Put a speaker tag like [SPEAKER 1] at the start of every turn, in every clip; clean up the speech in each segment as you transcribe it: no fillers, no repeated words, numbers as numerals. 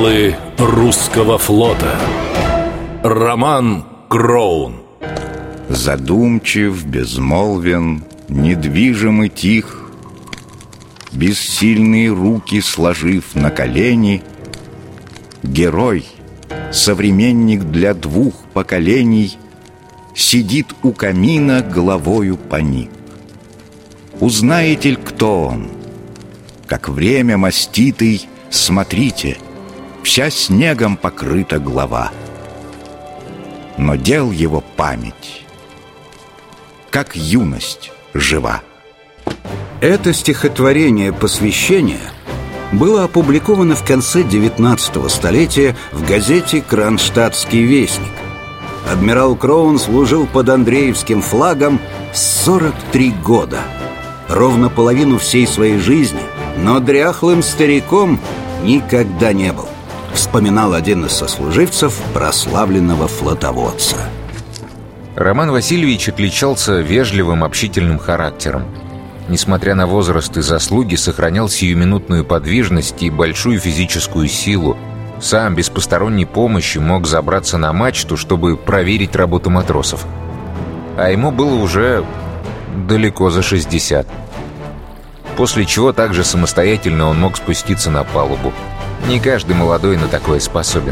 [SPEAKER 1] Адмиралы русского флота. Роман Кроун.
[SPEAKER 2] Задумчив, безмолвен, недвижим и тих, бессильные руки сложив на колени, герой, современник для двух поколений, сидит у камина, головою поник. Узнаете ли, кто он? Как время маститый, смотрите, вся снегом покрыта глава. Но дел его память, как юность жива.
[SPEAKER 3] Это стихотворение посвящения было опубликовано в конце 19 столетия в газете «Кронштадтский вестник». Адмирал Кроун служил под Андреевским флагом 43 года, ровно половину всей своей жизни, но дряхлым стариком никогда не был, вспоминал один из сослуживцев прославленного флотоводца.
[SPEAKER 4] Роман Васильевич отличался вежливым, общительным характером. Несмотря на возраст и заслуги, сохранял сиюминутную подвижность и большую физическую силу. Сам, без посторонней помощи, мог забраться на мачту, чтобы проверить работу матросов. А ему было уже далеко за 60. После чего также самостоятельно он мог спуститься на палубу. Не каждый молодой на такое способен.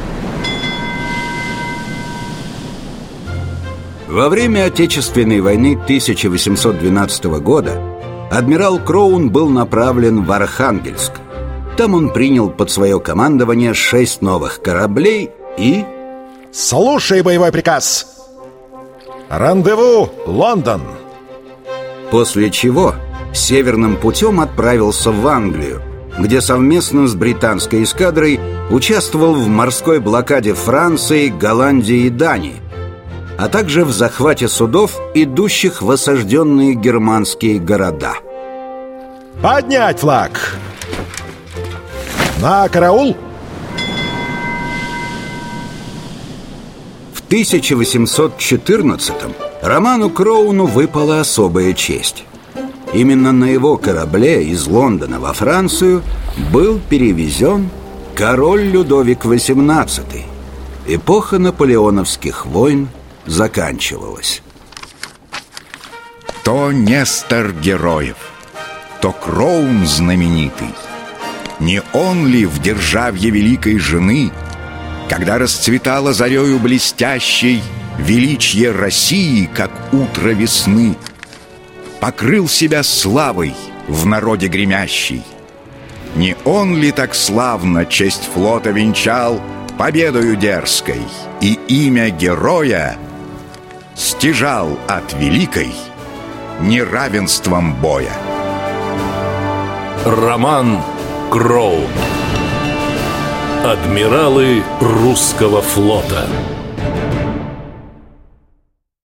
[SPEAKER 3] Во время Отечественной войны 1812 года адмирал Кроун был направлен в Архангельск. Там он принял под свое командование 6 новых кораблей и...
[SPEAKER 5] Слушай боевой приказ! Рандеву, Лондон!
[SPEAKER 3] После чего северным путем отправился в Англию, где совместно с британской эскадрой участвовал в морской блокаде Франции, Голландии и Дании, а также в захвате судов, идущих в осажденные германские города.
[SPEAKER 5] Поднять флаг! На караул!
[SPEAKER 3] В 1814-м Роману Кроуну выпала особая честь. Именно на его корабле из Лондона во Францию был перевезен король Людовик XVIII. Эпоха наполеоновских войн заканчивалась.
[SPEAKER 2] То Нестор героев, то Кроун знаменитый. Не он ли в державье великой жены, когда расцветала зарею блестящей величье России, как утро весны, покрыл себя славой в народе гремящей? Не он ли так славно честь флота венчал победою дерзкой и имя героя стяжал от великой неравенством боя?
[SPEAKER 1] Роман Кроун. Адмиралы русского флота.